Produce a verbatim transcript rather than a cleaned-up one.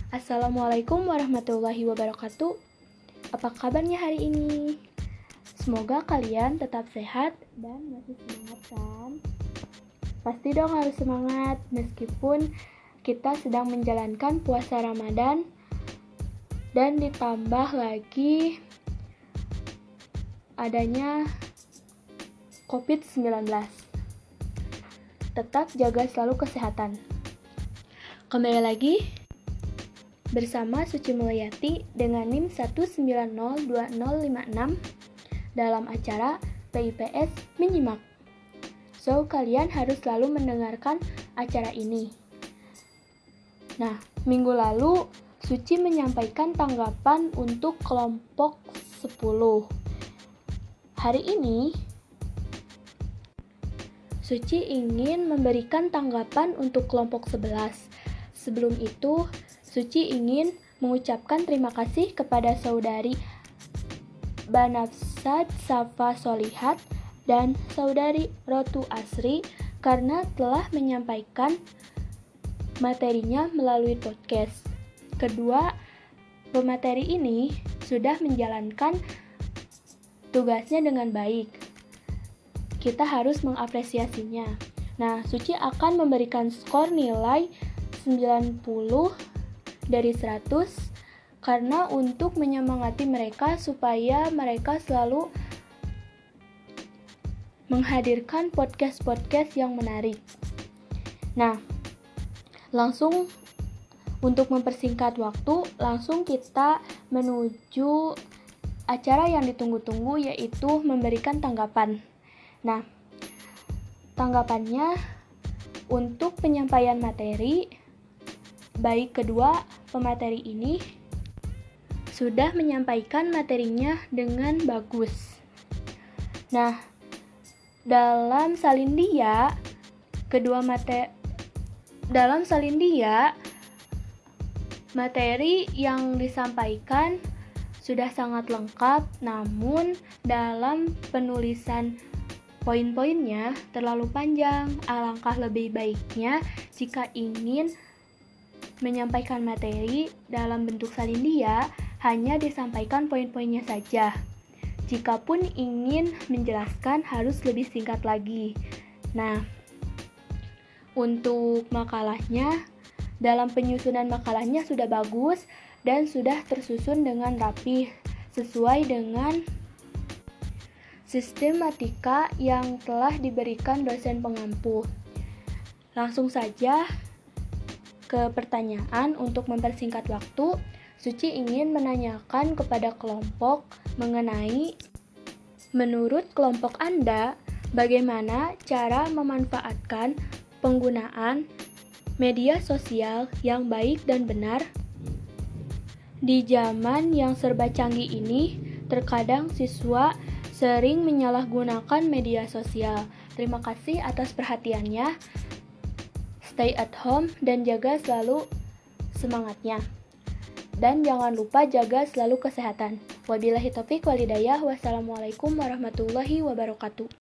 Assalamualaikum warahmatullahi wabarakatuh. Apa kabarnya hari ini? Semoga kalian tetap sehat dan masih semangat kan? Pasti dong harus semangat meskipun kita sedang menjalankan puasa Ramadan dan ditambah lagi adanya covid sembilan belas. Tetap jaga selalu kesehatan. Kembali lagi bersama Suci Mulyati dengan NIM satu sembilan nol dua nol lima enam dalam acara P I P S Menyimak. So, kalian harus selalu mendengarkan acara ini. Nah, minggu lalu Suci menyampaikan tanggapan untuk kelompok sepuluh. Hari ini Suci ingin memberikan tanggapan untuk kelompok sebelas. Sebelum itu, Suci ingin mengucapkan terima kasih kepada saudari Banafsat Safa Solihat dan saudari Rotu Asri karena telah menyampaikan materinya melalui podcast. Kedua pemateri ini sudah menjalankan tugasnya dengan baik. Kita harus mengapresiasinya. Nah, Suci akan memberikan skor nilai sembilan puluh dari seratus karena untuk menyemangati mereka supaya mereka selalu menghadirkan podcast-podcast yang menarik. Nah, langsung untuk mempersingkat waktu, langsung kita menuju acara yang ditunggu-tunggu, yaitu memberikan tanggapan. Nah, tanggapannya untuk penyampaian materi, baik kedua pemateri ini sudah menyampaikan materinya dengan bagus. Nah, dalam salindia kedua mate dalam salindia materi yang disampaikan sudah sangat lengkap, namun dalam penulisan poin-poinnya terlalu panjang. Alangkah lebih baiknya jika ingin menyampaikan materi dalam bentuk salindia, hanya disampaikan poin-poinnya saja. Jikapun ingin menjelaskan harus lebih singkat lagi. Nah, untuk makalahnya, dalam penyusunan makalahnya sudah bagus dan sudah tersusun dengan rapi sesuai dengan sistematika yang telah diberikan dosen pengampu. Langsung saja ke pertanyaan. Untuk mempersingkat waktu, Suci ingin menanyakan kepada kelompok mengenai menurut kelompok Anda bagaimana cara memanfaatkan penggunaan media sosial yang baik dan benar. Di zaman yang serba canggih ini, terkadang siswa sering menyalahgunakan media sosial. Terima kasih atas perhatiannya. Stay at home dan jaga selalu semangatnya. Dan jangan lupa jaga selalu kesehatan. Wabillahi taufiq walhidayah. Wassalamualaikum warahmatullahi wabarakatuh.